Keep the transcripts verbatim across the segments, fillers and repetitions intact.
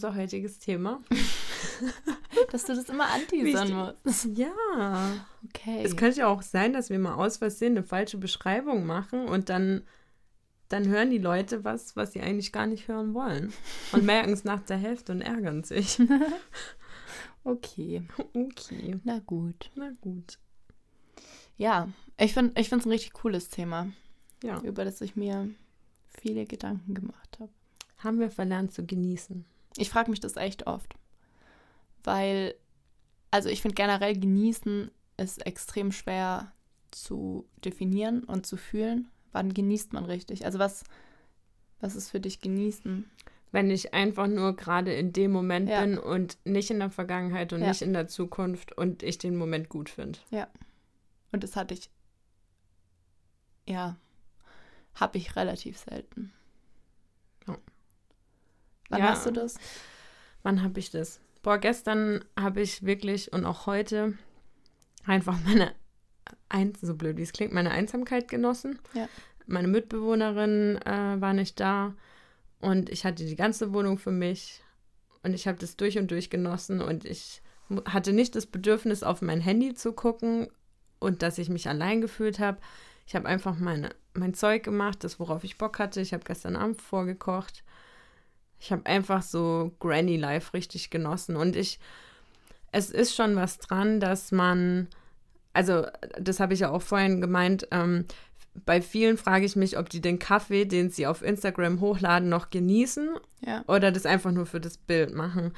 unser heutiges Thema. Dass du das immer anteasern musst. Ja. Okay. Es könnte ja auch sein, dass wir mal aus Versehen eine falsche Beschreibung machen und dann, dann hören die Leute was, was sie eigentlich gar nicht hören wollen. Und merken es nach der Hälfte und ärgern sich. Okay. Okay. Na gut. Na gut. Ja, ich finde ich finde es ein richtig cooles Thema, Ja. über das ich mir viele Gedanken gemacht habe. Haben wir verlernt zu genießen. Ich frage mich das echt oft, weil, also ich finde generell genießen ist extrem schwer zu definieren und zu fühlen. Wann genießt man richtig? Also was, was ist für dich genießen? Wenn ich einfach nur gerade in dem Moment Ja. bin und nicht in der Vergangenheit und Ja. nicht in der Zukunft und ich den Moment gut finde. Ja. Und das hatte ich, ja, habe ich relativ selten. Ja. Wann Ja. hast du das? Wann habe ich das? Boah, gestern habe ich wirklich und auch heute einfach meine, Eins, so blöd wie es klingt, meine Einsamkeit genossen. Ja. Meine Mitbewohnerin äh, war nicht da und ich hatte die ganze Wohnung für mich und ich habe das durch und durch genossen und ich mu- hatte nicht das Bedürfnis, auf mein Handy zu gucken und dass ich mich allein gefühlt habe. Ich habe einfach meine, mein Zeug gemacht, das, worauf ich Bock hatte. Ich habe gestern Abend vorgekocht. Ich habe einfach so Granny Life richtig genossen. Und ich, es ist schon was dran, dass man, also das habe ich ja auch vorhin gemeint, ähm, bei vielen frage ich mich, ob die den Kaffee, den sie auf Instagram hochladen, noch genießen Ja. oder das einfach nur für das Bild machen.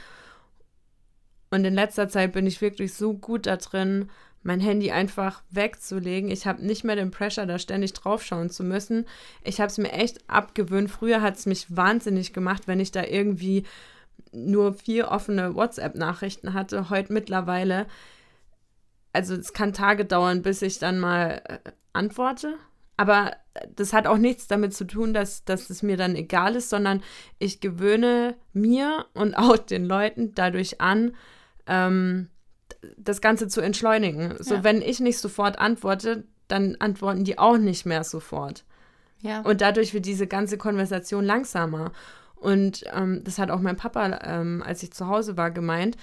Und in letzter Zeit bin ich wirklich so gut da drin, mein Handy einfach wegzulegen. Ich habe nicht mehr den Pressure, da ständig draufschauen zu müssen. Ich habe es mir echt abgewöhnt. Früher hat es mich wahnsinnig gemacht, wenn ich da irgendwie nur vier offene WhatsApp-Nachrichten hatte. Heute mittlerweile, also es kann Tage dauern, bis ich dann mal äh, antworte. Aber das hat auch nichts damit zu tun, dass, dass es mir dann egal ist, sondern ich gewöhne mir und auch den Leuten dadurch an, ähm, das Ganze zu entschleunigen. So, Ja. wenn ich nicht sofort antworte, dann antworten die auch nicht mehr sofort. Ja. Und dadurch wird diese ganze Konversation langsamer. Und ähm, das hat auch mein Papa, ähm, als ich zu Hause war, gemeint,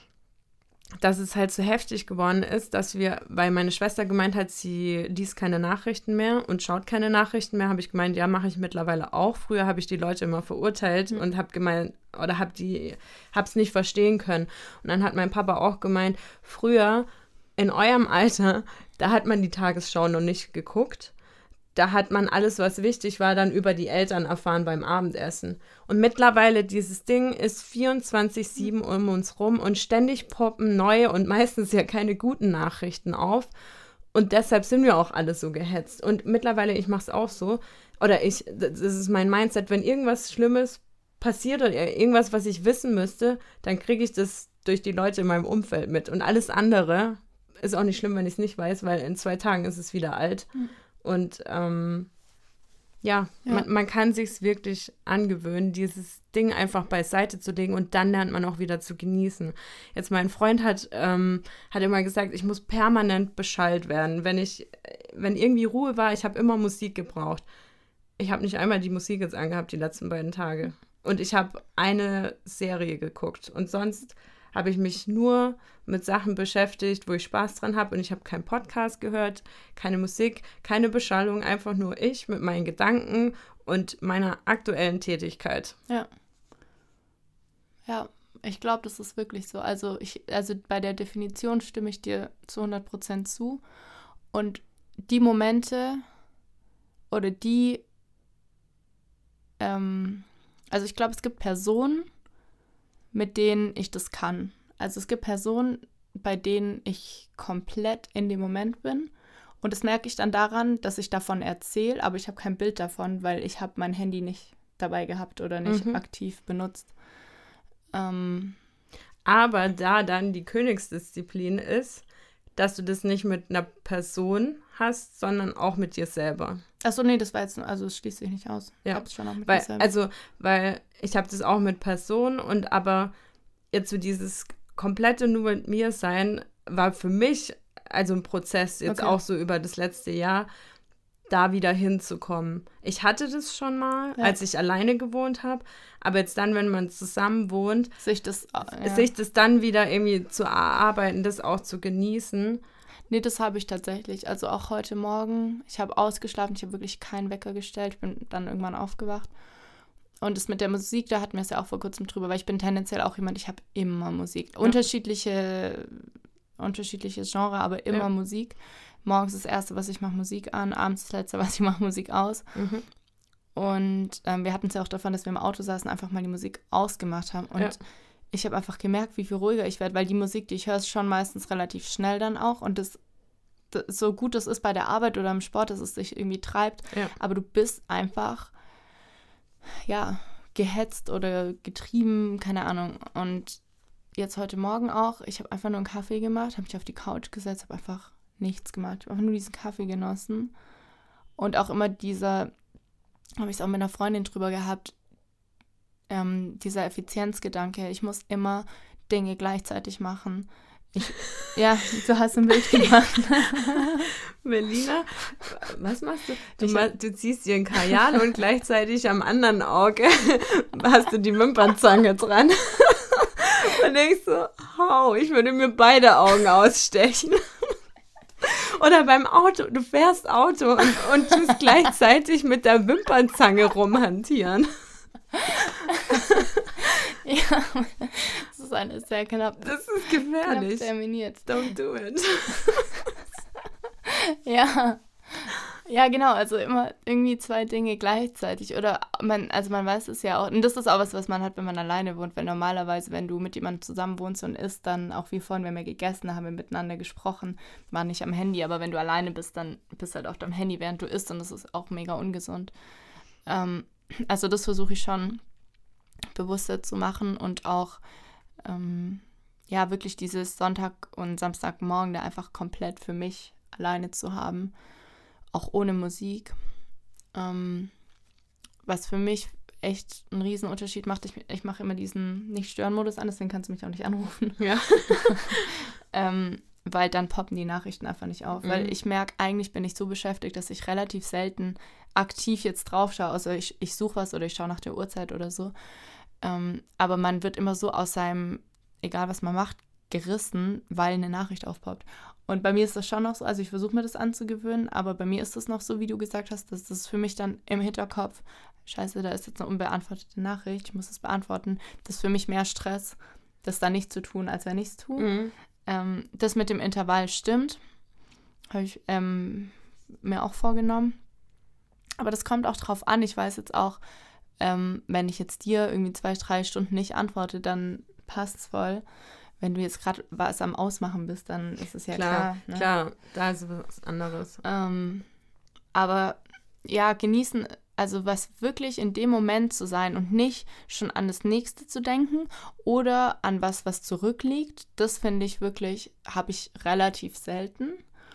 dass es halt so heftig geworden ist, dass wir, weil meine Schwester gemeint hat, sie liest keine Nachrichten mehr und schaut keine Nachrichten mehr, habe ich gemeint, ja, mache ich mittlerweile auch. Früher habe ich die Leute immer verurteilt Mhm. und habe gemeint, oder habe die, habe es nicht verstehen können. Und dann hat mein Papa auch gemeint, früher in eurem Alter, da hat man die Tagesschau noch nicht geguckt. Da hat man alles, was wichtig war, dann über die Eltern erfahren beim Abendessen. Und mittlerweile, dieses Ding ist vierundzwanzig sieben um uns rum und ständig poppen neue und meistens ja keine guten Nachrichten auf. Und deshalb sind wir auch alle so gehetzt. Und mittlerweile, ich mache es auch so, oder ich, das ist mein Mindset, wenn irgendwas Schlimmes passiert oder irgendwas, was ich wissen müsste, dann kriege ich das durch die Leute in meinem Umfeld mit. Und alles andere ist auch nicht schlimm, wenn ich es nicht weiß, weil in zwei Tagen ist es wieder alt. Mhm. Und ähm, ja, Ja. Man, man kann sich's wirklich angewöhnen, dieses Ding einfach beiseite zu legen und dann lernt man auch wieder zu genießen. Jetzt mein Freund hat, ähm, hat immer gesagt, ich muss permanent beschallt werden. Wenn ich, wenn irgendwie Ruhe war, ich habe immer Musik gebraucht. Ich habe nicht einmal die Musik jetzt angehabt die letzten beiden Tage. Und ich habe eine Serie geguckt und sonst habe ich mich nur mit Sachen beschäftigt, wo ich Spaß dran habe und ich habe keinen Podcast gehört, keine Musik, keine Beschallung, einfach nur ich mit meinen Gedanken und meiner aktuellen Tätigkeit. Ja. Ja, ich glaube, das ist wirklich so. Also, ich, also bei der Definition stimme ich dir zu hundert Prozent zu. Und die Momente oder die, ähm, also ich glaube, es gibt Personen, mit denen ich das kann. Also es gibt Personen, bei denen ich komplett in dem Moment bin. Und das merke ich dann daran, dass ich davon erzähle, aber ich habe kein Bild davon, weil ich habe mein Handy nicht dabei gehabt oder nicht Mhm. aktiv benutzt. Ähm, Aber da dann die Königsdisziplin ist, dass du das nicht mit einer Person hast, sondern auch mit dir selber. achso, nee, das war jetzt, also es schließt sich nicht aus. Ja, Ich habe es schon auch mit Weil, mir selber. also, weil ich habe das auch mit Personen und aber jetzt so dieses komplette nur mit mir sein war für mich also ein Prozess jetzt Okay. auch so über das letzte Jahr, da wieder hinzukommen. Ich hatte das schon mal, ja. als ich alleine gewohnt habe, aber jetzt dann, wenn man zusammen wohnt, sich das, ja. sich das dann wieder irgendwie zu erarbeiten, das auch zu genießen. Nee, das habe ich tatsächlich. Also auch heute Morgen, ich habe ausgeschlafen, ich habe wirklich keinen Wecker gestellt, ich bin dann irgendwann aufgewacht. Und das mit der Musik, da hatten wir es ja auch vor kurzem drüber, weil ich bin tendenziell auch jemand, ich habe immer Musik. Ja. Unterschiedliche, unterschiedliches Genre, aber immer ja. Musik. Morgens das Erste, was ich mache, Musik an. Abends das Letzte, was ich mache, Musik aus. Mhm. Und ähm, wir hatten es ja auch davon, dass wir im Auto saßen, einfach mal die Musik ausgemacht haben. Und ja. ich habe einfach gemerkt, wie viel ruhiger ich werde, weil die Musik, die ich höre, ist schon meistens relativ schnell dann auch. Und das, das so gut das ist bei der Arbeit oder im Sport, dass es dich irgendwie treibt. Ja. Aber du bist einfach, ja, gehetzt oder getrieben, keine Ahnung. Und jetzt heute Morgen auch, ich habe einfach nur einen Kaffee gemacht, habe mich auf die Couch gesetzt, habe einfach nichts gemacht. Ich habe einfach nur diesen Kaffee genossen. Und auch immer dieser, habe ich es auch mit einer Freundin drüber gehabt, ähm, dieser Effizienzgedanke. Ich muss immer Dinge gleichzeitig machen. Ich, ja, du hast ein Bild gemacht. Melina, was machst du? Du, ma- du ziehst dir ein Kajal und gleichzeitig am anderen Auge hast du die Wimpernzange dran. Und denkst so, hau, ich würde mir beide Augen ausstechen. Oder beim Auto, du fährst Auto und, und tust gleichzeitig mit der Wimpernzange rumhantieren. Ja, das ist eine sehr knapp. Das ist gefährlich. Knapp terminiert. Don't do it. Ja. Ja, genau, also immer irgendwie zwei Dinge gleichzeitig. Oder man, also man weiß es ja auch, und das ist auch was, was man hat, wenn man alleine wohnt, weil normalerweise, wenn du mit jemandem zusammen wohnst und isst, dann auch wie vorhin, wenn wir gegessen, da haben wir miteinander gesprochen, war nicht am Handy, aber wenn du alleine bist, dann bist du halt auf deinem Handy, während du isst, und das ist auch mega ungesund. Ähm, also das versuche ich schon bewusster zu machen und auch, ähm, ja, wirklich dieses Sonntag- und Samstagmorgen da einfach komplett für mich alleine zu haben. Auch ohne Musik, ähm, was für mich echt einen riesen Unterschied macht. Ich, ich mache immer diesen Nicht-Stören-Modus an, deswegen kannst du mich auch nicht anrufen. Ja. ähm, weil dann poppen die Nachrichten einfach nicht auf. Mhm. Weil ich merke, eigentlich bin ich so beschäftigt, dass ich relativ selten aktiv jetzt drauf schaue. Also ich, ich suche was oder ich schaue nach der Uhrzeit oder so. Ähm, aber man wird immer so aus seinem, egal was man macht, gerissen, weil eine Nachricht aufpoppt. Und bei mir ist das schon noch so, also ich versuche mir das anzugewöhnen, aber bei mir ist das noch so, wie du gesagt hast, dass das für mich dann im Hinterkopf, scheiße, da ist jetzt eine unbeantwortete Nachricht, ich muss das beantworten. Das ist für mich mehr Stress, das da nicht zu tun, als wenn ich es tue. Mhm. Ähm, das mit dem Intervall stimmt, habe ich ähm, mir auch vorgenommen. Aber das kommt auch drauf an. Ich weiß jetzt auch, ähm, wenn ich jetzt dir irgendwie zwei, drei Stunden nicht antworte, dann passt es voll. Wenn du jetzt gerade was am Ausmachen bist, dann ist es ja klar. Klar, ne? klar, da ist was anderes. Ähm, aber ja, genießen, also was wirklich in dem Moment zu sein und nicht schon an das Nächste zu denken oder an was, was zurückliegt, das finde ich wirklich, habe ich relativ selten.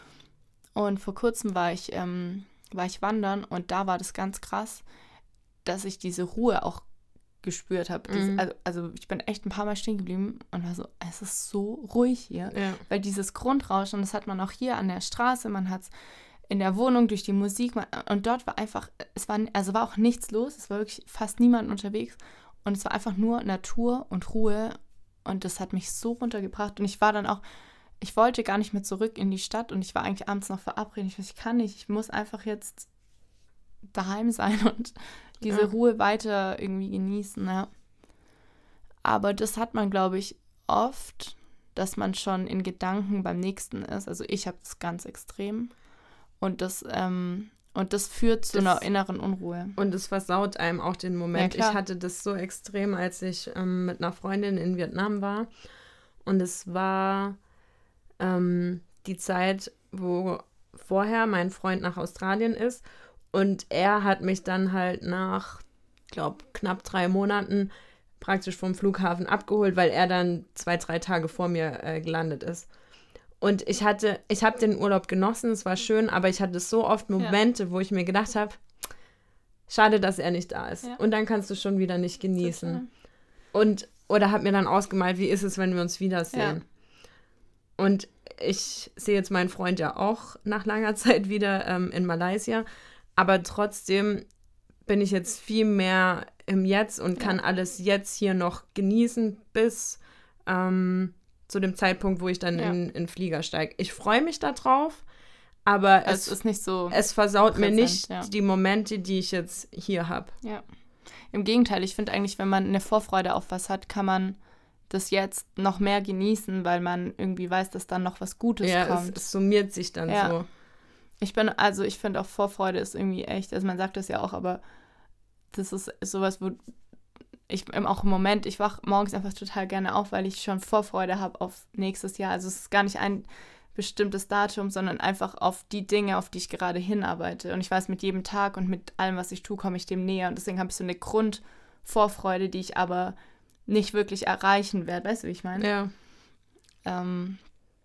Und vor kurzem war ich, ähm, war ich wandern und da war das ganz krass, dass ich diese Ruhe auch gespürt habe. Mhm. Also, also ich bin echt ein paar Mal stehen geblieben und war so, es ist so ruhig hier. Ja. Weil dieses Grundrauschen, das hat man auch hier an der Straße, man hat es in der Wohnung durch die Musik man, und dort war einfach, es war, also war auch nichts los, es war wirklich fast niemand unterwegs und es war einfach nur Natur und Ruhe und das hat mich so runtergebracht und ich war dann auch, ich wollte gar nicht mehr zurück in die Stadt und ich war eigentlich abends noch verabredet, ich weiß, ich kann nicht, ich muss einfach jetzt daheim sein und diese ja. Ruhe weiter irgendwie genießen, ja. Aber das hat man, glaube ich, oft, dass man schon in Gedanken beim Nächsten ist. Also ich habe das ganz extrem. Und das, ähm, und das führt zu das, einer inneren Unruhe. Und es versaut einem auch den Moment. Ja, ich hatte das so extrem, als ich ähm, mit einer Freundin in Vietnam war. Und es war ähm, die Zeit, wo vorher mein Freund nach Australien ist. Und er hat mich dann halt nach, ich glaube, knapp drei Monaten praktisch vom Flughafen abgeholt, weil er dann zwei, drei Tage vor mir äh, gelandet ist. Und ich hatte, ich habe den Urlaub genossen, es war schön, aber ich hatte so oft Momente, ja. wo ich mir gedacht habe, schade, dass er nicht da ist. Ja. Und dann kannst du schon wieder nicht genießen. Und, oder habe mir dann ausgemalt, wie ist es, wenn wir uns wiedersehen. Und ich sehe jetzt meinen Freund ja auch nach langer Zeit wieder ähm, in Malaysia, aber trotzdem bin ich jetzt viel mehr im Jetzt und kann ja. alles jetzt hier noch genießen bis ähm, zu dem Zeitpunkt, wo ich dann ja. in den Flieger steige. Ich freue mich darauf, aber es, es ist nicht so es versaut präsent, mir nicht ja. die Momente, die ich jetzt hier habe. Ja. Im Gegenteil, ich finde eigentlich, wenn man eine Vorfreude auf was hat, kann man das jetzt noch mehr genießen, weil man irgendwie weiß, dass dann noch was Gutes ja, kommt. Ja, es, es summiert sich dann ja. so. Ich bin, also ich finde auch Vorfreude ist irgendwie echt, also man sagt das ja auch, aber das ist, ist sowas, wo ich auch im Moment, ich wach morgens einfach total gerne auf, weil ich schon Vorfreude habe auf nächstes Jahr. Also es ist gar nicht ein bestimmtes Datum, sondern einfach auf die Dinge, auf die ich gerade hinarbeite. Und ich weiß, mit jedem Tag und mit allem, was ich tue, komme ich dem näher. Und deswegen habe ich so eine Grundvorfreude, die ich aber nicht wirklich erreichen werde. Weißt du, wie ich meine? Ja. Ähm,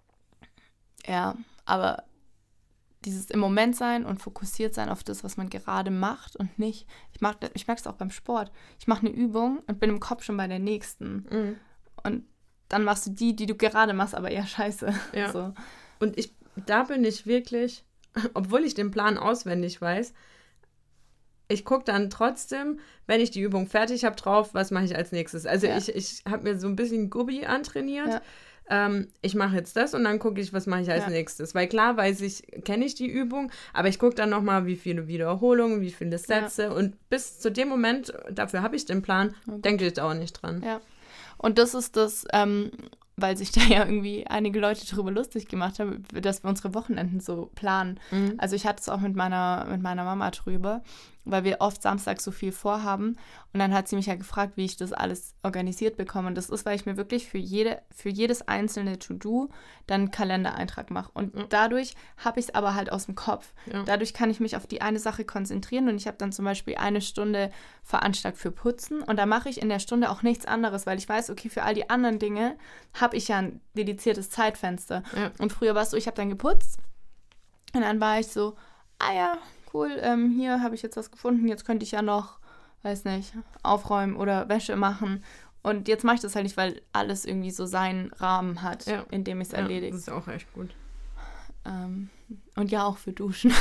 ja, aber dieses im Moment sein und fokussiert sein auf das, was man gerade macht und nicht, ich, mach, ich merke es auch beim Sport, ich mache eine Übung und bin im Kopf schon bei der nächsten. Mhm. Und dann machst du die, die du gerade machst, aber eher scheiße. Ja. So. Und ich, da bin ich wirklich, obwohl ich den Plan auswendig weiß, ich gucke dann trotzdem, wenn ich die Übung fertig habe, drauf, was mache ich als nächstes. Also ja. ich, ich habe mir so ein bisschen Gubbi antrainiert. Ja. Ähm, ich mache jetzt das und dann gucke ich, was mache ich als ja. nächstes. Weil klar weiß ich, kenne ich die Übung, aber ich gucke dann nochmal, wie viele Wiederholungen, wie viele Sätze. Ja. Und bis zu dem Moment, dafür habe ich den Plan, okay. denke ich da auch nicht dran. Ja. Und das ist das, ähm, weil sich da ja irgendwie einige Leute drüber lustig gemacht haben, dass wir unsere Wochenenden so planen. Mhm. Also ich hatte es auch mit meiner, mit meiner Mama drüber, weil wir oft samstags so viel vorhaben. Und dann hat sie mich ja gefragt, wie ich das alles organisiert bekomme. Und das ist, weil ich mir wirklich für jede, für jedes einzelne To-Do dann einen Kalendereintrag mache. Und mhm. dadurch habe ich es aber halt aus dem Kopf. Ja. Dadurch kann ich mich auf die eine Sache konzentrieren. Und ich habe dann zum Beispiel eine Stunde veranschlagt für Putzen. Und da mache ich in der Stunde auch nichts anderes, weil ich weiß, okay, für all die anderen Dinge habe ich ja ein dediziertes Zeitfenster. Ja. Und früher war es so, ich habe dann geputzt. Und dann war ich so, ah ja, cool, ähm, hier habe ich jetzt was gefunden, jetzt könnte ich ja noch, weiß nicht, aufräumen oder Wäsche machen. Und jetzt mache ich das halt nicht, weil alles irgendwie so seinen Rahmen hat, ja. in dem ich es ja, erledige. Das ist auch echt gut. Ähm, und ja, auch für Duschen.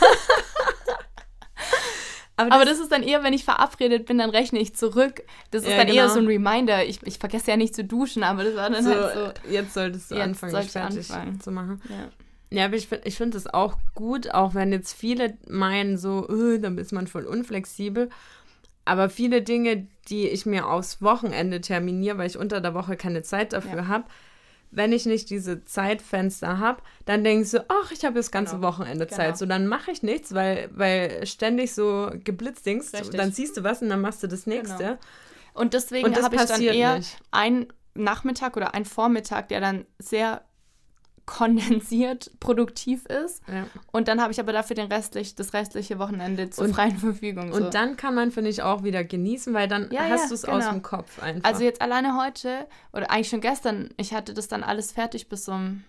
Aber, das, Aber das ist dann eher, wenn ich verabredet bin, dann rechne ich zurück. Das ist ja, dann genau. eher so ein Reminder. Ich, ich vergesse ja nicht zu duschen, aber das war dann so, halt so. Jetzt solltest du jetzt anfangen, dich fertig anfangen. zu machen. Ja. Ja, aber ich finde ich find das auch gut, auch wenn jetzt viele meinen so, öh, dann ist man voll unflexibel. Aber viele Dinge, die ich mir aufs Wochenende terminiere, weil ich unter der Woche keine Zeit dafür ja. habe, wenn ich nicht diese Zeitfenster habe, dann denke ich so, ach, ich habe das ganze genau. Wochenende Zeit. Genau. So, dann mache ich nichts, weil, weil ständig so geblitzdingst, dann siehst du was und dann machst du das Nächste. Genau. Und deswegen habe ich dann eher nicht. einen Nachmittag oder einen Vormittag, der dann sehr kondensiert produktiv ist. Ja. Und dann habe ich aber dafür den restlich, das restliche Wochenende zur und, freien Verfügung. So. Und dann kann man, finde ich, auch wieder genießen, weil dann ja, hast ja, du es genau. aus dem Kopf einfach. Also jetzt alleine heute, oder eigentlich schon gestern, ich hatte das dann alles fertig bis um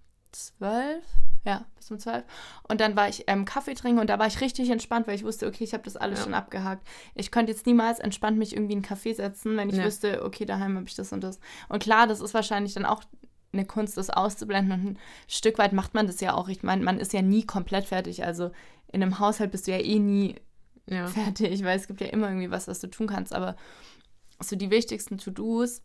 zwölf. Ja, bis um zwölf. Und dann war ich ähm, Kaffee trinken und da war ich richtig entspannt, weil ich wusste, okay, ich habe das alles ja. schon abgehakt. Ich könnte jetzt niemals entspannt mich irgendwie in einen Café setzen, wenn ich ja. wüsste, okay, daheim habe ich das und das. Und klar, das ist wahrscheinlich dann auch eine Kunst, das auszublenden, und ein Stück weit macht man das ja auch. Ich meine, man ist ja nie komplett fertig, also in einem Haushalt bist du ja eh nie ja. fertig, weil es gibt ja immer irgendwie was, was du tun kannst, aber so die wichtigsten To-Dos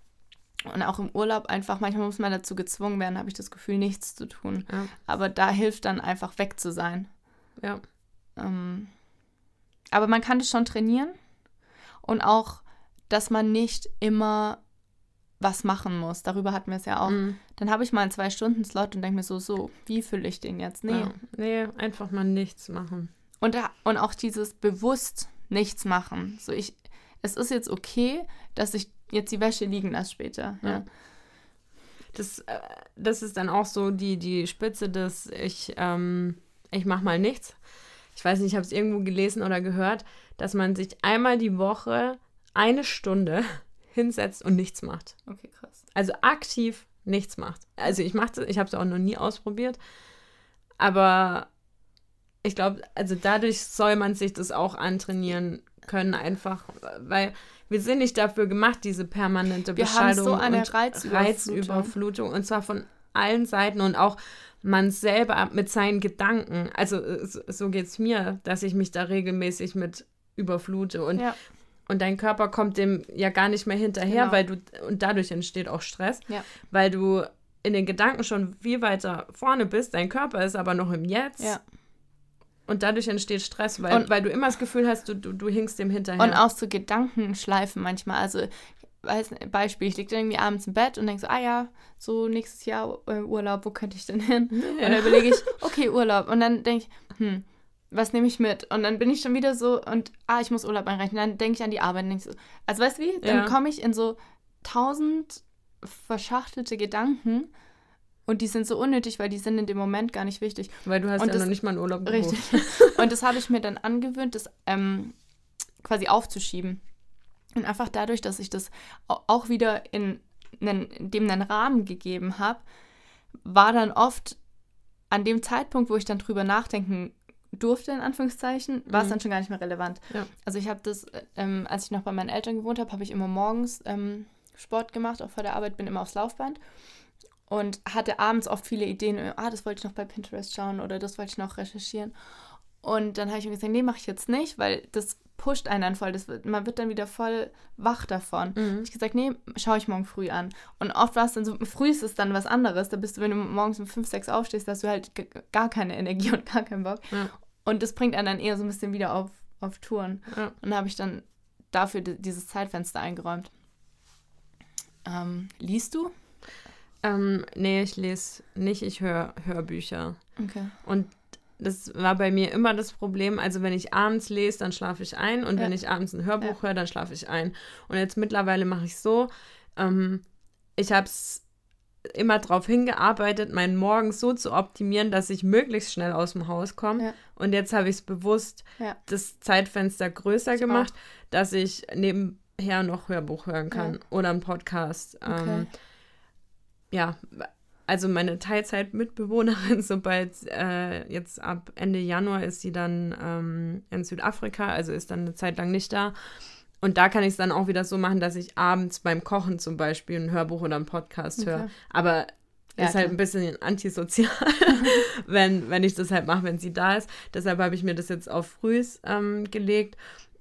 und auch im Urlaub einfach, manchmal muss man dazu gezwungen werden, habe ich das Gefühl, nichts zu tun, ja. aber da hilft dann einfach weg zu sein. Ja. Ähm, aber man kann das schon trainieren und auch, dass man nicht immer was machen muss. Darüber hatten wir es ja auch. Mm. Dann habe ich mal einen Zwei-Stunden-Slot und denke mir so, so, wie fülle ich den jetzt? Nee. Ja. Nee, einfach mal nichts machen. Und, und auch dieses bewusst nichts machen. So ich, es ist jetzt okay, dass ich jetzt die Wäsche liegen lasse später. Ja. Ja. Das, äh, das ist dann auch so die, die Spitze des ich, ähm, ich mache mal nichts. Ich weiß nicht, ich habe es irgendwo gelesen oder gehört, dass man sich einmal die Woche eine Stunde hinsetzt und nichts macht. Okay, krass. Also aktiv nichts macht. Also ich mache das, ich habe es auch noch nie ausprobiert, aber ich glaube, also dadurch soll man sich das auch antrainieren können, einfach, weil wir sind nicht dafür gemacht, diese permanente wir Beschallung haben so eine und Reizüberflutung. Reizüberflutung und zwar von allen Seiten und auch man selber mit seinen Gedanken, also so, so geht es mir, dass ich mich da regelmäßig mit überflute und, ja. und dein Körper kommt dem ja gar nicht mehr hinterher, Genau. weil du, und dadurch entsteht auch Stress, Ja. weil du in den Gedanken schon viel weiter vorne bist, dein Körper ist aber noch im Jetzt. Ja. Und dadurch entsteht Stress, weil, Und, weil du immer das Gefühl hast, du, du, du hinkst dem hinterher. Und auch so Gedankenschleifen manchmal. Also, weiß nicht, Beispiel, ich liege dann irgendwie abends im Bett und denke so, ah ja, so nächstes Jahr äh, Urlaub, wo könnte ich denn hin? Ja. Und dann überlege ich, okay, Urlaub. Und dann denke ich, hm, was nehme ich mit? Und dann bin ich schon wieder so und, ah, ich muss Urlaub einreichen. Dann denke ich an die Arbeit und denke so, also weißt du wie? Dann Ja. komme ich in so tausend verschachtelte Gedanken. Und die sind so unnötig, weil die sind in dem Moment gar nicht wichtig. Weil du hast und ja das, noch nicht mal einen Urlaub gebucht. Richtig. Und das habe ich mir dann angewöhnt, das ähm, quasi aufzuschieben. Und einfach dadurch, dass ich das auch wieder in, einen, in dem einen Rahmen gegeben habe, war dann oft an dem Zeitpunkt, wo ich dann drüber nachdenken durfte, in Anführungszeichen, war es mhm. dann schon gar nicht mehr relevant. Ja. Also ich habe das, ähm, als ich noch bei meinen Eltern gewohnt habe, habe ich immer morgens ähm, Sport gemacht, auch vor der Arbeit, bin immer aufs Laufband. Und hatte abends oft viele Ideen, ah, das wollte ich noch bei Pinterest schauen oder das wollte ich noch recherchieren. Und dann habe ich mir gesagt, nee, mache ich jetzt nicht, weil das pusht einen dann voll. Das wird, man wird dann wieder voll wach davon. Mhm. Ich habe gesagt, nee, schaue ich morgen früh an. Und oft war es dann so, früh ist es dann was anderes. Da bist du, wenn du morgens um fünf, sechs aufstehst, da hast du halt g- gar keine Energie und gar keinen Bock. Ja. Und das bringt einen dann eher so ein bisschen wieder auf, auf Touren. Ja. Und da habe ich dann dafür d- dieses Zeitfenster eingeräumt. Ähm, liest du? Ähm, nee, ich lese nicht, ich höre Hörbücher. Okay. Und das war bei mir immer das Problem, also wenn ich abends lese, dann schlafe ich ein und Ja. wenn ich abends ein Hörbuch Ja. höre, dann schlafe ich ein. Und jetzt mittlerweile mache ich so, ähm, ich habe es immer darauf hingearbeitet, meinen Morgen so zu optimieren, dass ich möglichst schnell aus dem Haus komme. Ja. Und jetzt habe ich es bewusst Ja. das Zeitfenster größer Ich gemacht, auch. dass ich nebenher noch Hörbuch hören kann Ja. oder einen Podcast. Okay. Ähm, ja, also meine Teilzeit-Mitbewohnerin, sobald äh, jetzt ab Ende Januar ist sie dann ähm, in Südafrika, also ist dann eine Zeit lang nicht da. Und da kann ich es dann auch wieder so machen, dass ich abends beim Kochen zum Beispiel ein Hörbuch oder einen Podcast Okay. höre. Aber Ja, ist halt klar. ein bisschen antisozial, wenn, wenn ich das halt mache, wenn sie da ist. Deshalb habe ich mir das jetzt auf frühs ähm, gelegt.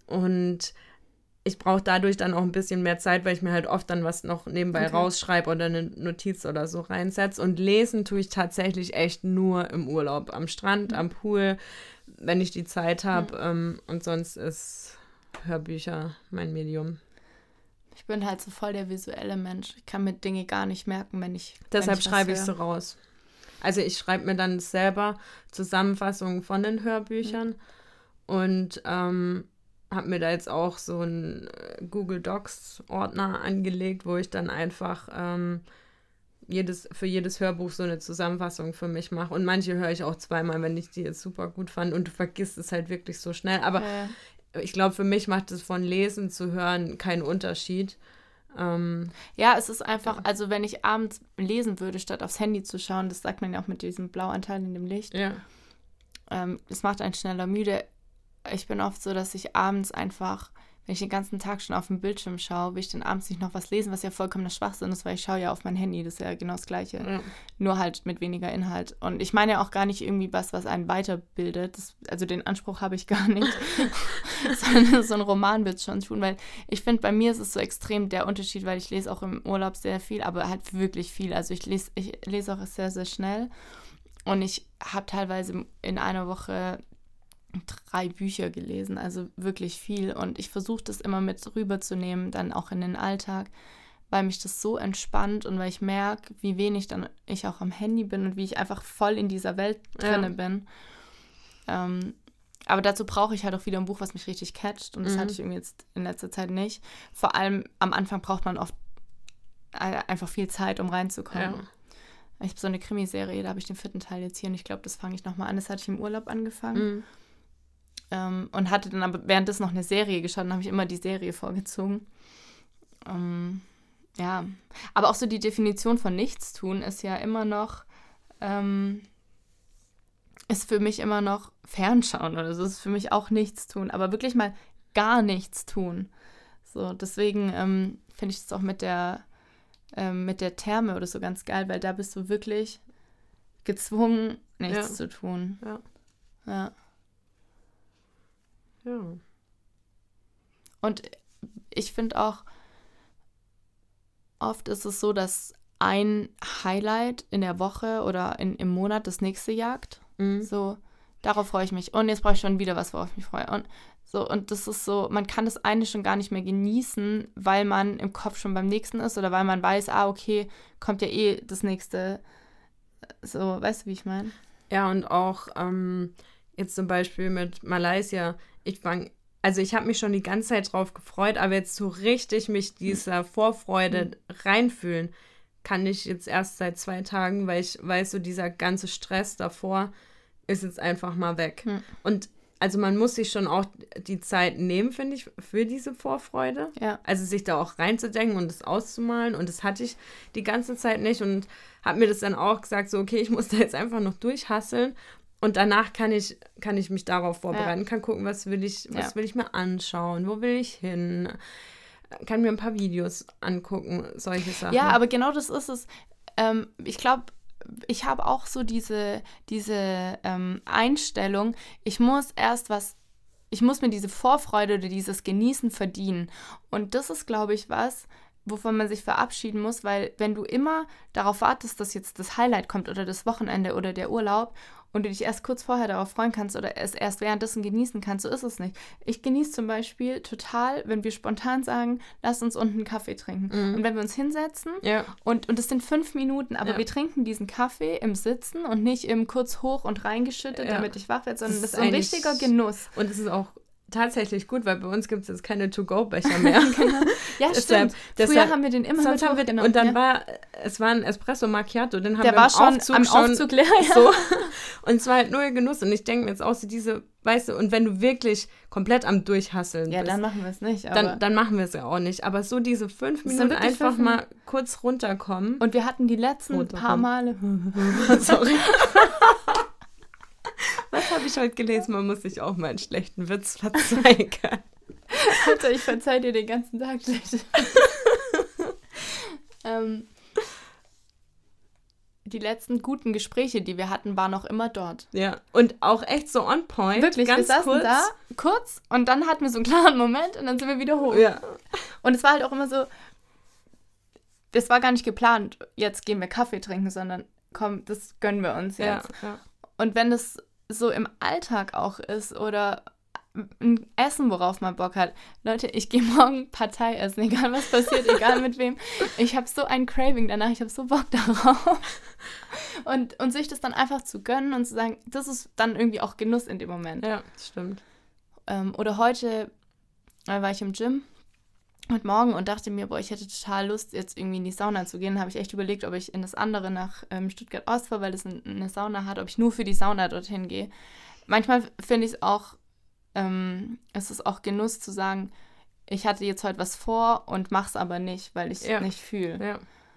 Und ich brauche dadurch dann auch ein bisschen mehr Zeit, weil ich mir halt oft dann was noch nebenbei Okay. rausschreibe oder eine Notiz oder so reinsetze. Und lesen tue ich tatsächlich echt nur im Urlaub. Am Strand, Mhm. am Pool, wenn ich die Zeit habe. Ähm, und sonst ist Hörbücher mein Medium. Ich bin halt so voll der visuelle Mensch. Ich kann mir Dinge gar nicht merken, wenn ich Deshalb wenn ich schreibe ich was so höre. raus. Also ich schreibe mir dann selber Zusammenfassungen von den Hörbüchern Mhm. und ähm, habe mir da jetzt auch so einen äh, Google Docs Ordner angelegt, wo ich dann einfach ähm, jedes, für jedes Hörbuch so eine Zusammenfassung für mich mache. Und manche höre ich auch zweimal, wenn ich die jetzt super gut fand und du vergisst es halt wirklich so schnell. Aber Ja, ich glaube, für mich macht es von Lesen zu hören keinen Unterschied. Ähm, ja, es ist einfach, also wenn ich abends lesen würde, statt aufs Handy zu schauen, das sagt man ja auch mit diesem Blauanteil in dem Licht, ja. ähm, das macht einen schneller müde. Ich bin oft so, dass ich abends einfach, wenn ich den ganzen Tag schon auf dem Bildschirm schaue, will ich dann abends nicht noch was lesen, was ja vollkommener Schwachsinn ist, weil ich schaue ja auf mein Handy, das ist ja genau das Gleiche, ja. nur halt mit weniger Inhalt. Und ich meine ja auch gar nicht irgendwie was, was einen weiterbildet, das, also den Anspruch habe ich gar nicht, sondern so ein Roman wird es schon tun, weil ich finde, bei mir ist es so extrem der Unterschied, weil ich lese auch im Urlaub sehr viel, aber halt wirklich viel, also ich lese, ich lese auch sehr, sehr schnell und ich habe teilweise in einer Woche drei Bücher gelesen, also wirklich viel. Und ich versuche das immer mit rüberzunehmen, dann auch in den Alltag, weil mich das so entspannt und weil ich merke, wie wenig dann ich auch am Handy bin und wie ich einfach voll in dieser Welt drinne Ja. bin. Ähm, aber dazu brauche ich halt auch wieder ein Buch, was mich richtig catcht. Und das Mhm. hatte ich irgendwie jetzt in letzter Zeit nicht. Vor allem am Anfang braucht man oft äh, einfach viel Zeit, um reinzukommen. Ja. Ich habe so eine Krimiserie, da habe ich den vierten Teil jetzt hier und ich glaube, das fange ich nochmal an. Das hatte ich im Urlaub angefangen. Mhm. Ähm, und hatte dann aber währenddessen noch eine Serie geschaut und habe ich immer die Serie vorgezogen. Ähm, ja, aber auch so die Definition von Nichtstun ist ja immer noch, ähm, ist für mich immer noch Fernschauen oder so, ist für mich auch Nichtstun, aber wirklich mal gar nichts tun. So, deswegen ähm, finde ich das auch mit der ähm, mit der Therme oder so ganz geil, weil da bist du wirklich gezwungen, nichts Ja. zu tun. Ja. Ja. Ja. Und ich finde auch, oft ist es so, dass ein Highlight in der Woche oder in, im Monat das nächste jagt. Mhm. So, darauf freue ich mich. Und jetzt brauche ich schon wieder was, worauf ich mich freue. Und so, und das ist so, man kann das eine schon gar nicht mehr genießen, weil man im Kopf schon beim nächsten ist oder weil man weiß, ah, okay, kommt ja eh das nächste. So, weißt du, wie ich meine? Ja, und auch ähm, jetzt zum Beispiel mit Malaysia, ich fange, also ich habe mich schon die ganze Zeit drauf gefreut, aber jetzt so richtig mich dieser Vorfreude Mhm. reinfühlen, kann ich jetzt erst seit zwei Tagen, weil ich weiß, so dieser ganze Stress davor ist jetzt einfach mal weg. Mhm. Und also man muss sich schon auch die Zeit nehmen, finde ich, für diese Vorfreude. Ja. Also sich da auch reinzudenken und es auszumalen. Und das hatte ich die ganze Zeit nicht und habe mir das dann auch gesagt, so okay, ich muss da jetzt einfach noch durchhasseln. Und danach kann ich, kann ich mich darauf vorbereiten, Ja. kann gucken, was will ich, was Ja. will ich mir anschauen, wo will ich hin, kann mir ein paar Videos angucken, solche Sachen. Ja, aber genau das ist es. Ähm, ich glaube, ich habe auch so diese, diese ähm, Einstellung, ich muss erst was, ich muss mir diese Vorfreude oder dieses Genießen verdienen. Und das ist, glaube ich, was, wovon man sich verabschieden muss, weil wenn du immer darauf wartest, dass jetzt das Highlight kommt oder das Wochenende oder der Urlaub und du dich erst kurz vorher darauf freuen kannst oder es erst währenddessen genießen kannst, so ist es nicht. Ich genieße zum Beispiel total, wenn wir spontan sagen, lass uns unten einen Kaffee trinken. Mhm. Und wenn wir uns hinsetzen Ja. und, und es sind fünf Minuten, aber Ja. wir trinken diesen Kaffee im Sitzen und nicht im kurz hoch und reingeschüttet, Ja. damit ich wach werde, sondern Das das ist ist ein eigentlich- richtiger Genuss. Und es ist auch tatsächlich gut, weil bei uns gibt es jetzt keine To-Go-Becher mehr. Ja, Deshalb- stimmt. deshalb- Früher haben wir den immer Sonst mit haben wir, hochgenommen, und dann ja. war, es war ein Espresso Macchiato, den haben Der wir war im schon Aufzug am schon Aufzug leer, ja. so. Und es war halt null Genuss. Und ich denke mir jetzt auch so diese, weißt du, und wenn du wirklich komplett am Durchhasseln Ja, bist, dann machen wir es nicht. Aber dann, dann machen wir es ja auch nicht. Aber so diese fünf Das sind Minuten wirklich einfach fünf mal kurz runterkommen. und wir hatten die letzten Runterkommen. paar Male. Sorry. Was habe ich heute gelesen? Man muss sich auch mal einen schlechten Witz verzeihen können. Alter, ich verzeih dir den ganzen Tag schlecht. ähm, die letzten guten Gespräche, die wir hatten, waren noch immer dort. Ja, und auch echt so on point. Wirklich, ganz wir saßen kurz. da, kurz, und dann hatten wir so einen klaren Moment und dann sind wir wieder hoch. Ja. Und es war halt auch immer so, das war gar nicht geplant, jetzt gehen wir Kaffee trinken, sondern komm, das gönnen wir uns Ja, jetzt. ja. Und wenn es so im Alltag auch ist oder ein Essen, worauf man Bock hat. Leute, ich gehe morgen Partei essen, egal was passiert, egal mit wem. Ich habe so ein Craving danach, ich habe so Bock darauf. Und, und sich das dann einfach zu gönnen und zu sagen, das ist dann irgendwie auch Genuss in dem Moment. Ja, das stimmt. Ähm, oder heute äh, war ich im Gym und morgen und dachte mir, boah, ich hätte total Lust, jetzt irgendwie in die Sauna zu gehen. Habe ich echt überlegt, ob ich in das andere nach ähm, Stuttgart-Ost fahre, weil das ein, eine Sauna hat, ob ich nur für die Sauna dorthin gehe. Manchmal finde ich es auch, ähm, es ist auch Genuss zu sagen, ich hatte jetzt heute was vor und mach's aber nicht, weil ich es Ja. nicht fühle. Ja.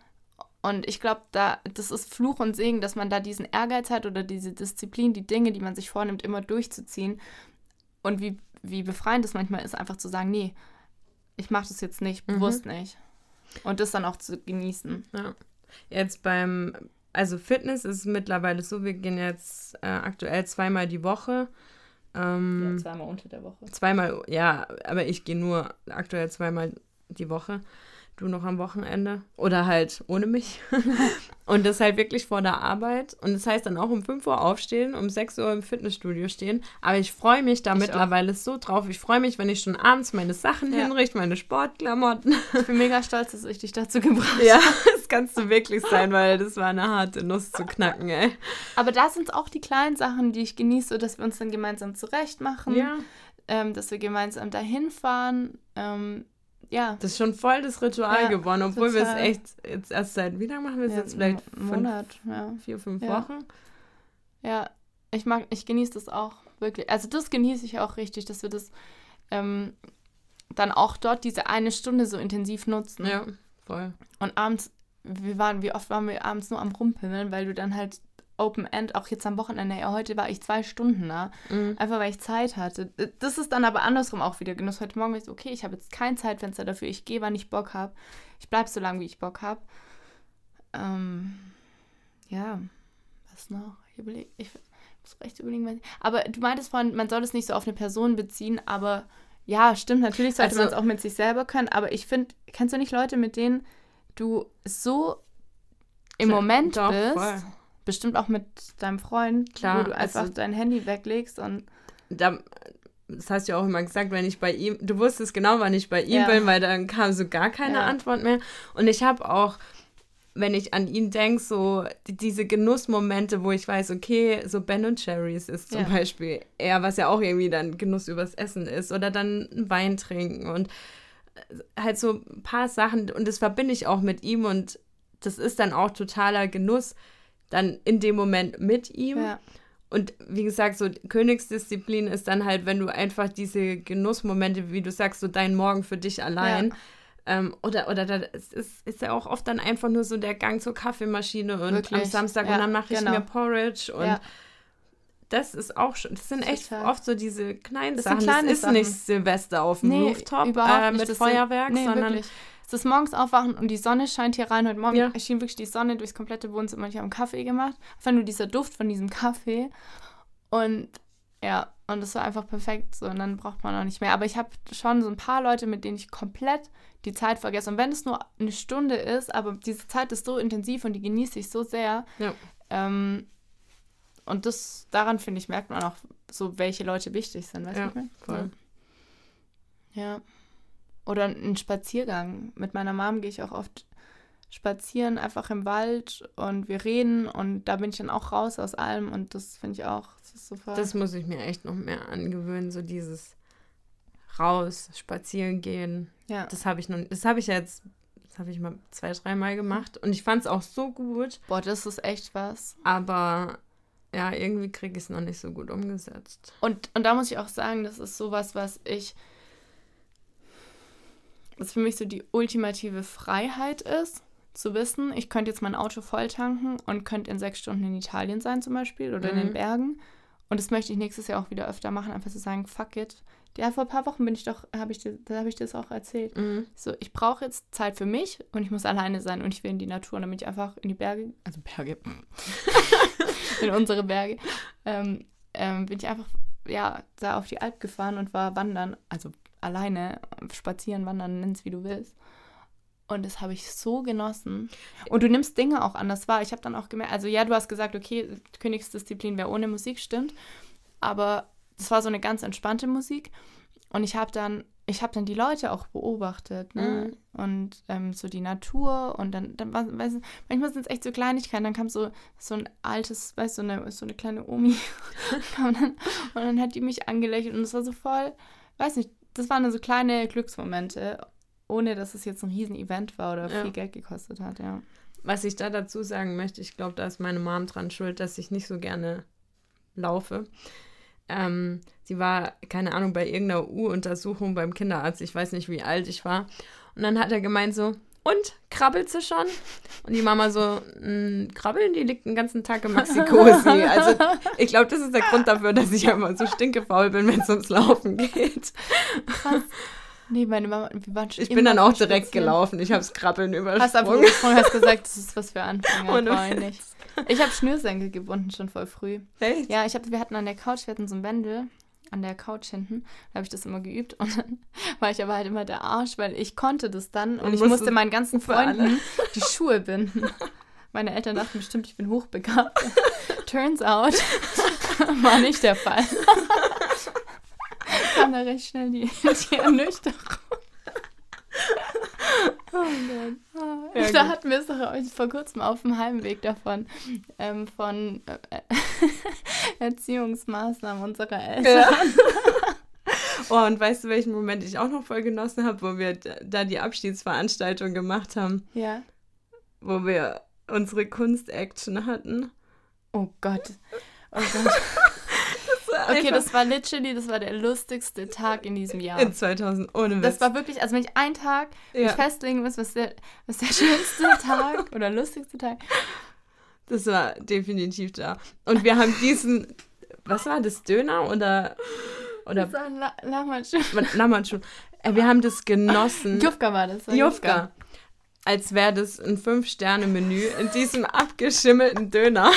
Und ich glaube, da, das ist Fluch und Segen, dass man da diesen Ehrgeiz hat oder diese Disziplin, die Dinge, die man sich vornimmt, immer durchzuziehen. Und wie, wie befreiend es manchmal ist, einfach zu sagen, nee, ich mache das jetzt nicht, Mhm. bewusst nicht. Und das dann auch zu genießen. Ja. Jetzt beim, also Fitness ist es mittlerweile so, wir gehen jetzt äh, aktuell zweimal die Woche. Ähm, zweimal unter der Woche. Zweimal, ja, aber ich gehe nur aktuell zweimal die Woche. Du noch am Wochenende. Oder halt ohne mich. Und das halt wirklich vor der Arbeit. Und das heißt dann auch um fünf Uhr aufstehen, um sechs Uhr im Fitnessstudio stehen. Aber ich freue mich da Ich mittlerweile so drauf. Ich freue mich, wenn ich schon abends meine Sachen Ja. hinrichte, meine Sportklamotten. Ich bin mega stolz, dass ich dich dazu gebracht habe. Ja, das kannst du wirklich sein, weil das war eine harte Nuss zu knacken, ey. Aber da sind es auch die kleinen Sachen, die ich genieße, dass wir uns dann gemeinsam zurecht machen, Ja, ähm, dass wir gemeinsam dahin fahren. Ähm, ja, das ist schon voll das Ritual Ja, geworden, obwohl wir es total. echt jetzt erst seit, wie lange machen wir es ja, jetzt? Vielleicht einen fünf, Monat. Ja. vier, fünf Ja. Wochen. Ja, ich mag, ich genieße das auch wirklich. Also das genieße ich auch richtig, dass wir das ähm, dann auch dort diese eine Stunde so intensiv nutzen. Ja, voll. Und abends, wir waren, wie oft waren wir abends nur am Rumpimmeln, weil du dann halt Open End, auch jetzt am Wochenende. Ja, heute war ich zwei Stunden da, Mhm. einfach weil ich Zeit hatte. Das ist dann aber andersrum auch wieder Genuss. Heute Morgen war ich so, okay, ich habe jetzt kein Zeitfenster dafür, ich gehe, wann ich Bock habe. Ich bleibe so lange, wie ich Bock habe. Ähm, ja, was noch? Ich überlege, ich muss recht überlegen. Was, aber du meintest vorhin, man soll es nicht so auf eine Person beziehen, aber ja, stimmt, natürlich sollte Also- man es auch mit sich selber können, aber ich finde, kennst du nicht Leute, mit denen du so im Moment Doch, bist, voll. bestimmt auch mit deinem Freund, Klar, wo du einfach also- dein Handy weglegst und Da, das hast du ja auch immer gesagt, wenn ich bei ihm, du wusstest genau, wann ich bei ihm Ja. bin, weil dann kam so gar keine Ja. Antwort mehr. Und ich habe auch, wenn ich an ihn denke, so die, diese Genussmomente, wo ich weiß, okay, so Ben und Jerry's ist zum Ja. Beispiel eher, was ja auch irgendwie dann Genuss übers Essen ist oder dann Wein trinken und halt so ein paar Sachen und das verbinde ich auch mit ihm und das ist dann auch totaler Genuss dann in dem Moment mit ihm. ja, Und wie gesagt, so Königsdisziplin ist dann halt, wenn du einfach diese Genussmomente, wie du sagst, so dein Morgen für dich allein. Ja. Ähm, oder oder da ist, ist, ist ja auch oft dann einfach nur so der Gang zur Kaffeemaschine und Wirklich. am Samstag Ja, und dann mache ich genau. mir Porridge und ja, das ist auch schon, das sind echt Total. oft so diese kleinen Das sind Sachen. kleine das ist Sachen. nicht Silvester auf dem nee, Rooftop überhaupt äh, nicht. mit Das Feuerwerk, sind, nee, sondern wirklich. Es ist morgens aufwachen und die Sonne scheint hier rein. Heute Morgen Ja. schien wirklich die Sonne durchs komplette Wohnzimmer. Ich habe einen Kaffee gemacht. Einfach nur dieser Duft von diesem Kaffee. Und ja, und das war einfach perfekt so. Und dann braucht man auch nicht mehr. Aber ich habe schon so ein paar Leute, mit denen ich komplett die Zeit vergesse. Und wenn es nur eine Stunde ist, aber diese Zeit ist so intensiv und die genieße ich so sehr. Ja. Ähm, und das, daran, finde ich, merkt man auch so, welche Leute wichtig sind. Weißt du, Ja, was ich meine? voll. Ja. Oder ein Spaziergang. Mit meiner Mom gehe ich auch oft spazieren, einfach im Wald und wir reden und da bin ich dann auch raus aus allem und das finde ich auch, das ist so voll. Das muss ich mir echt noch mehr angewöhnen, so dieses raus, spazieren gehen. ja. Das habe ich noch, das habe ich jetzt, das habe ich mal zwei, dreimal gemacht und ich fand es auch so gut, Boah, das ist echt was. aber ja, irgendwie kriege ich es noch nicht so gut umgesetzt. Und, und da muss ich auch sagen, das ist sowas, was ich, was für mich so die ultimative Freiheit ist, zu wissen, ich könnte jetzt mein Auto voll tanken und könnte in sechs Stunden in Italien sein zum Beispiel oder in den Mhm. Bergen. Und das möchte ich nächstes Jahr auch wieder öfter machen, einfach zu sagen, fuck it. Ja, vor ein paar Wochen bin ich doch, habe ich dir, da habe ich dir das auch erzählt. Mhm. So, ich brauche jetzt Zeit für mich und ich muss alleine sein und ich will in die Natur. Und dann bin ich einfach in die Berge, also Berge, in unsere Berge, ähm, ähm, bin ich einfach, ja, da auf die Alp gefahren und war wandern, also alleine, spazieren, wandern, nenn's wie du willst. Und das habe ich so genossen. Und du nimmst Dinge auch anders wahr. Ich habe dann auch gemerkt, also ja, du hast gesagt, okay, Königsdisziplin wäre ohne Musik, stimmt. Aber das war so eine ganz entspannte Musik. Und ich habe dann, ich habe dann die Leute auch beobachtet, ne? Mhm. Und ähm, so die Natur und dann, dann war, weißt du, manchmal sind es echt so Kleinigkeiten. Dann kam so, so ein altes, weißt du, so eine, so eine kleine Omi. kam dann, und dann hat die mich angelächelt und es war so voll, weiß nicht, das waren dann so kleine Glücksmomente, ohne dass es jetzt ein Riesen-Event war oder Ja. viel Geld gekostet hat, ja. Was ich da dazu sagen möchte, ich glaube, da ist meine Mom dran schuld, dass ich nicht so gerne laufe. Ähm, sie war, keine Ahnung, bei irgendeiner U-Untersuchung beim Kinderarzt. Ich weiß nicht, wie alt ich war. Und dann hat er gemeint so, und, krabbelt sie schon? Und die Mama so, "Mm, krabbeln, die liegt den ganzen Tag im Maxi-Cosi." Also ich glaube, das ist der Grund dafür, dass ich immer so stinkefaul bin, wenn es ums Laufen geht. Krass. Nee, meine Mama, wir waren schon Ich bin immer dann auch spazieren. direkt gelaufen. Ich habe das Krabbeln Hast einfach übersprungen. gesprungen, hast gesagt, das ist was für Anfänger. Ohne Brauche ich nicht. Ich habe Schnürsenkel gebunden schon voll früh. Echt? Ja, ich hab, wir hatten an der Couch, wir hatten so ein Bändel an der Couch hinten. Da habe ich das immer geübt und dann war ich aber halt immer der Arsch, weil ich konnte das dann und Und ich musstest musste meinen ganzen für alle. Freunden die Schuhe binden. Meine Eltern dachten bestimmt, ich bin hochbegabt. Turns out, war nicht der Fall. Kam da recht schnell die, die Ernüchterung. Oh Gott. Ja, Da gut. hatten wir es doch vor kurzem auf dem Heimweg davon, ähm, von äh, Erziehungsmaßnahmen unserer Eltern. Ja. Oh, und weißt du, welchen Moment ich auch noch voll genossen habe, wo wir d- da die Abschiedsveranstaltung gemacht haben, Ja. wo wir unsere Kunst-Action hatten? Oh Gott. Oh Gott. Okay, Einfach das war literally, das war der lustigste Tag in diesem Jahr. in zweitausend, ohne Witz. Das war wirklich, also wenn ich einen Tag Ja. mich festlegen muss, was der, was der schönste Tag oder lustigste Tag. Das war definitiv da. Und wir haben diesen, was war das, Döner oder... oder das war ein La- Lamannschuh. Lamannschuh. Wir haben das genossen. Jufka war das. War Jufka. Als wäre das ein Fünf-Sterne-Menü in diesem abgeschimmelten Döner.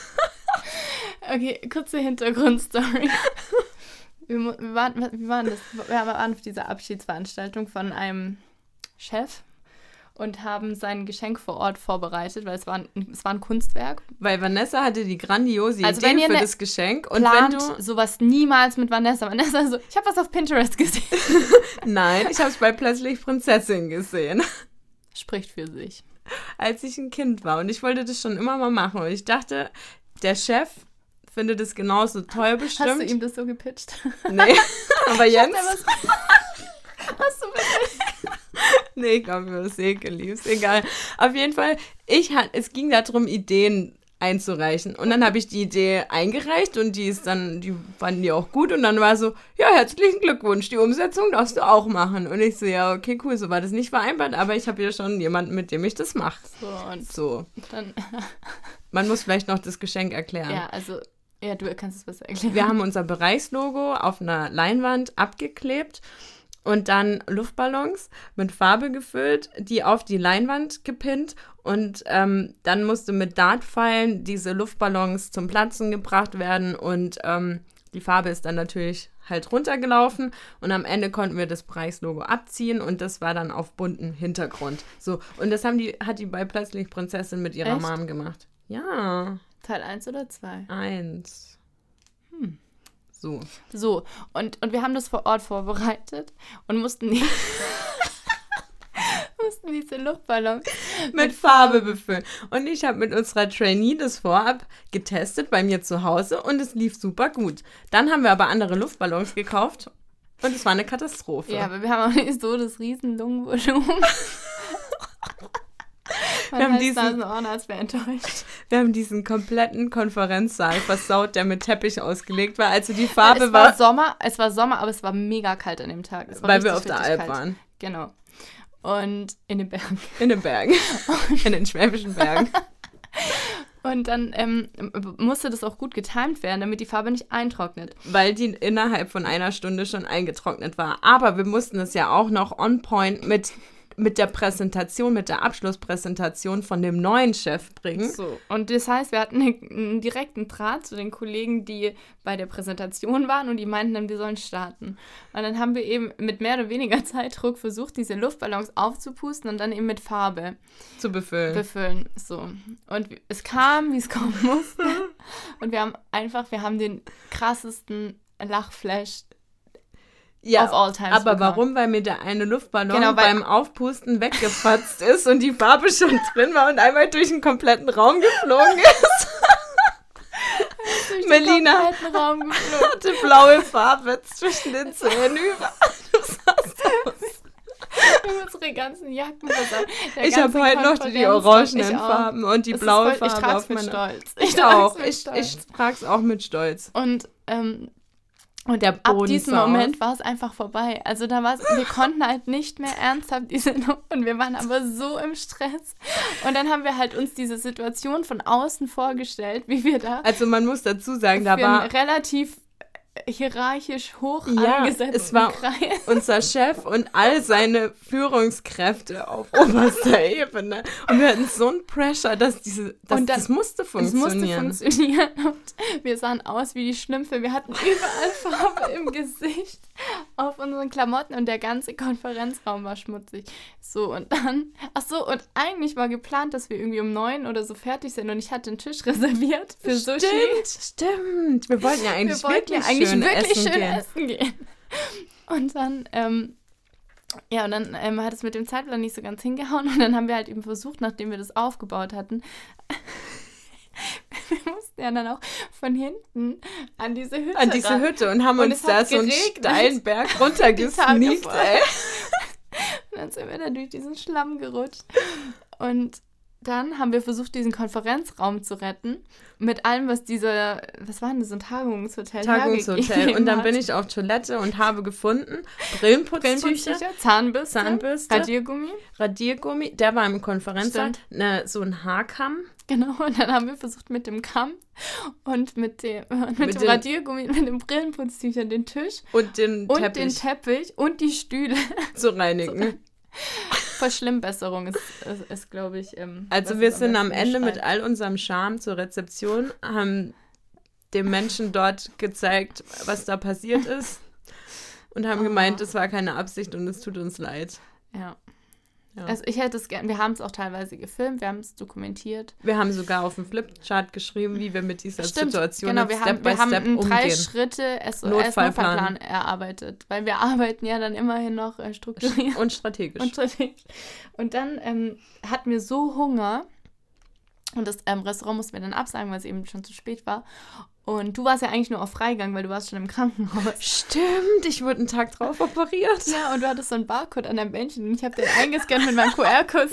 Okay, kurze Hintergrundstory. Wir, wir, waren, wir, waren das, wir waren auf dieser Abschiedsveranstaltung von einem Chef und haben sein Geschenk vor Ort vorbereitet, weil es war ein, es war ein Kunstwerk. Weil Vanessa hatte die grandiose Also Idee wenn ihr für ne das Geschenk. Und plant wenn du sowas niemals mit Vanessa. Vanessa so, ich habe was auf Pinterest gesehen. Nein, ich habe es bei Plötzlich Prinzessin gesehen. Spricht für sich. Als ich ein Kind war. Und ich wollte das schon immer mal machen. Und ich dachte, der Chef findet es genauso toll bestimmt. Hast du ihm das so gepitcht? Nee, aber Jens... Hast du wirklich? Nee, ich glaube, wir haben es eh geliebt. Ist egal. Auf jeden Fall, ich hat, es ging darum, Ideen einzureichen. Und dann habe ich die Idee eingereicht und die ist dann, die fanden die auch gut. Und dann war so, ja, herzlichen Glückwunsch, die Umsetzung darfst du auch machen. Und ich so, ja, okay, cool, so war das nicht vereinbart, aber ich habe ja schon jemanden, mit dem ich das mache. So, und so. Dann Man muss vielleicht noch das Geschenk erklären. Ja, also, ja, du kannst es besser erklären. Wir haben unser Bereichslogo auf einer Leinwand abgeklebt. Und dann Luftballons mit Farbe gefüllt, die auf die Leinwand gepinnt. Und ähm, dann musste mit Dartpfeilen diese Luftballons zum Platzen gebracht werden. Und ähm, die Farbe ist dann natürlich halt runtergelaufen. Und am Ende konnten wir das Bereichslogo abziehen. Und das war dann auf bunten Hintergrund. So, und das haben die, hat die bei Plötzlich Prinzessin mit ihrer Echt? Mom gemacht. Ja. Teil eins oder zwei? Eins. Hm. So. So, und, und wir haben das vor Ort vorbereitet und mussten, die mussten diese Luftballons mit, mit Farbe befüllen. Und ich habe mit unserer Trainee das vorab getestet bei mir zu Hause und es lief super gut. Dann haben wir aber andere Luftballons gekauft und es war eine Katastrophe. Ja, aber wir haben auch nicht so das riesen Lungenvolumen. Man Wir haben, heißt diesen, Nasenordner, als wäre enttäuscht. wir haben diesen kompletten Konferenzsaal versaut, der mit Teppich ausgelegt war. Also die Farbe es war, war... Sommer, es war Sommer, aber es war mega kalt an dem Tag. Es war weil richtig, wir auf der richtig Alp kalt. waren. Genau. Und in den Bergen. In den Bergen. In den Schwäbischen Bergen. Und dann ähm, musste das auch gut getimt werden, damit die Farbe nicht eintrocknet. Weil die innerhalb von einer Stunde schon eingetrocknet war. Aber wir mussten es ja auch noch on point mit... mit der Präsentation, mit der Abschlusspräsentation von dem neuen Chef bringen. So, und das heißt, wir hatten einen direkten Draht zu den Kollegen, die bei der Präsentation waren und die meinten dann, wir sollen starten. Und dann haben wir eben mit mehr oder weniger Zeitdruck versucht, diese Luftballons aufzupusten und dann eben mit Farbe zu befüllen. befüllen. So. Und es kam, wie es kommen musste. Und wir haben einfach, wir haben den krassesten Lachflash Ja, of all times aber bekommen. Warum? Weil mir der eine Luftballon Genau, weil- beim Aufpusten weggepatzt ist und die Farbe schon drin war und einmal durch den kompletten Raum geflogen ist. Durch den Melina kompletten Raum geflogen. hatte blaue Farbe zwischen den Zähnen über. Du sahst aus. Wir haben unsere ganzen Jacken versaut. Ich habe heute noch die orangenen Farben und die Das ist blaue voll, ich Farbe trag's auf mit meiner... Stolz. Ich trag's auch. mit Ich, Stolz. ich trag's auch mit Stolz. Und, ähm, und Der ab Boden diesem sah Moment aus. war es einfach vorbei. Also da war es, wir konnten halt nicht mehr ernsthaft diese Nummer und wir waren aber so im Stress. Und dann haben wir halt uns diese Situation von außen vorgestellt, wie wir da Also man muss dazu sagen, da für war... einen relativ hierarchisch hoch Ja, angesetzten es war Kreis. unser Chef und all seine Führungskräfte auf oberster Ebene. Und wir hatten so einen Pressure, dass diese, dass Und dann- das musste Es funktionieren. musste funktionieren und wir sahen aus wie die Schlümpfe. Wir hatten überall Farbe im Gesicht auf unseren Klamotten und der ganze Konferenzraum war schmutzig. So und dann, ach so, und eigentlich war geplant, dass wir irgendwie um neun oder so fertig sind und ich hatte einen Tisch reserviert für Sushi. Stimmt, stimmt. Wir wollten ja eigentlich Wir wollten wirklich ja eigentlich schön wirklich essen schön gehen. essen gehen. Und dann, ähm, ja, und dann ähm, hat es mit dem Zeitplan nicht so ganz hingehauen und dann haben wir halt eben versucht, nachdem wir das aufgebaut hatten, wir mussten ja dann auch von hinten an diese Hütte An diese ran. Hütte und haben Und uns es hat da so einen geregnet. steilen Berg Die Tage runtergesneakt, vorher. ey. Und dann sind wir da durch diesen Schlamm gerutscht. Und dann haben wir versucht, diesen Konferenzraum zu retten. Mit allem, was dieser, was war denn das, so ein Tagungshotel Tagungshotel. Und dann bin ich auf Toilette und habe gefunden Brillenputztücher, Brillenputztücher, Zahnbürste, Zahnbürste, Radiergummi. Radiergummi. Der war im Konferenzsaal. Ne, so ein Haarkamm. Genau, und dann haben wir versucht, mit dem Kamm und mit dem, mit Mit dem den- Radiergummi, mit den Brillenputztüchern den Tisch Und den und Teppich den Teppich und die Stühle. zu reinigen. Verschlimmbesserung ist, ist, ist glaube ich. Ähm, Also was wir es sind am besten Ende mit beschreibt. all unserem Charme zur Rezeption, haben dem Menschen dort gezeigt, was da passiert ist und haben Oh. gemeint, es war keine Absicht und es tut uns leid. Ja. Ja. Also ich hätte es gerne, wir haben es auch teilweise gefilmt, wir haben es dokumentiert. Wir haben sogar auf dem Flipchart geschrieben, wie wir mit dieser Situation genau, jetzt wir Step haben, by wir haben Step einen drei umgehen. Schritte S O Notfallplan. S-Notfallplan erarbeitet, weil wir arbeiten ja dann immerhin noch äh, strukturiert Und strategisch. und strategisch. Und dann ähm, hatten wir so Hunger und das ähm, Restaurant mussten wir dann absagen, weil es eben schon zu spät war. Und du warst ja eigentlich nur auf Freigang, weil du warst schon im Krankenhaus. Stimmt, ich wurde einen Tag drauf operiert. Ja, und du hattest so einen Barcode an deinem Bändchen und ich habe den eingescannt mit meinem Q R-Code.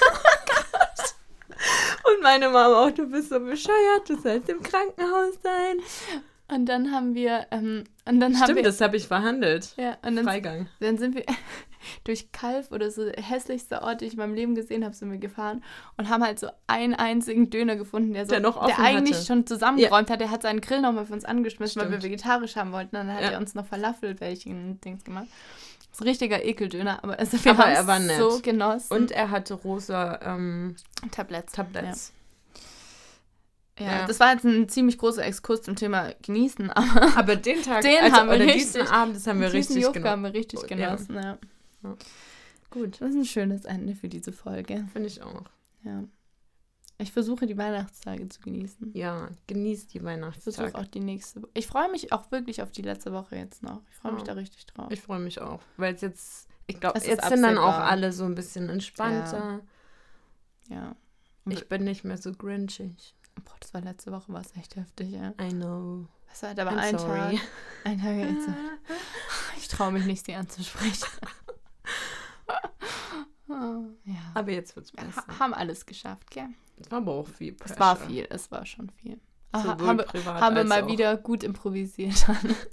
Und meine Mama auch, du bist so bescheuert, du sollst im Krankenhaus sein. Und dann haben wir, ähm, und dann haben Stimmt, wir, das habe ich verhandelt. ja, und dann, Freigang. dann sind wir durch Kalf oder so hässlichster Ort, den ich in meinem Leben gesehen habe, sind wir gefahren und haben halt so einen einzigen Döner gefunden, der so, Der noch offen der eigentlich hatte. schon zusammengeräumt hat. Der hat seinen Grill nochmal für uns angeschmissen, weil wir Stimmt. vegetarisch haben wollten. Dann hat Ja. er uns noch Falafel welchen Dings gemacht. Das ist ein richtiger Ekeldöner, aber also wir Aber haben er war nett. so genossen. Und er hatte rosa ähm, Tabletts. Tabletts. Ja. Ja, Ja. das war jetzt ein ziemlich großer Exkurs zum Thema Genießen, aber Aber den Tag, Den also, haben wir oder richtig- diesen Abend, das haben wir diesen richtig Jufka haben genossen. wir richtig Ja. genossen. Ja. Ja. Gut. Das ist ein schönes Ende für diese Folge. Finde ich auch. Ja. Ich versuche, die Weihnachtstage zu genießen. Ja, genießt die Ich versuche Weihnachtstage. auch die nächste Woche. Ich freue mich auch wirklich auf die letzte Woche jetzt noch. Ich freue mich Ja. da richtig drauf. Ich freue mich auch, weil es jetzt, ich glaube, Es ist jetzt sind dann auch absehbar. alle so ein bisschen entspannter. ja. Ich bin nicht mehr so grinchig. Boah, das war letzte Woche, war es echt heftig, ja. I know. Es war aber I'm ein sorry. Tag. Ein Tag jetzt. Ich traue mich nicht, sie anzusprechen. Oh, ja. Aber jetzt wird's Wir besser. ha- haben alles geschafft, gell? Es war aber auch viel Pressure. Es war viel, es war schon viel. Aha, Sowohl haben wir, privat haben wir als mal auch wieder gut improvisiert.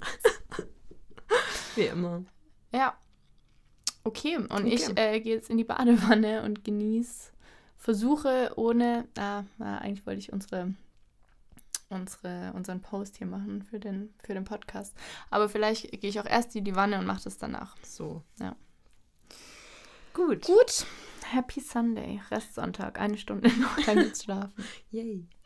Wie immer. Ja. Okay, und Okay. ich äh, gehe jetzt in die Badewanne und genieße, versuche ohne, ah, ah, eigentlich wollte ich unsere, unsere, unseren Post hier machen für den, für den Podcast. Aber vielleicht gehe ich auch erst in die Wanne und mache das danach. So. Ja. Gut. Gut, Happy Sunday, Restsonntag, eine Stunde noch, dann geht's schlafen. Yay.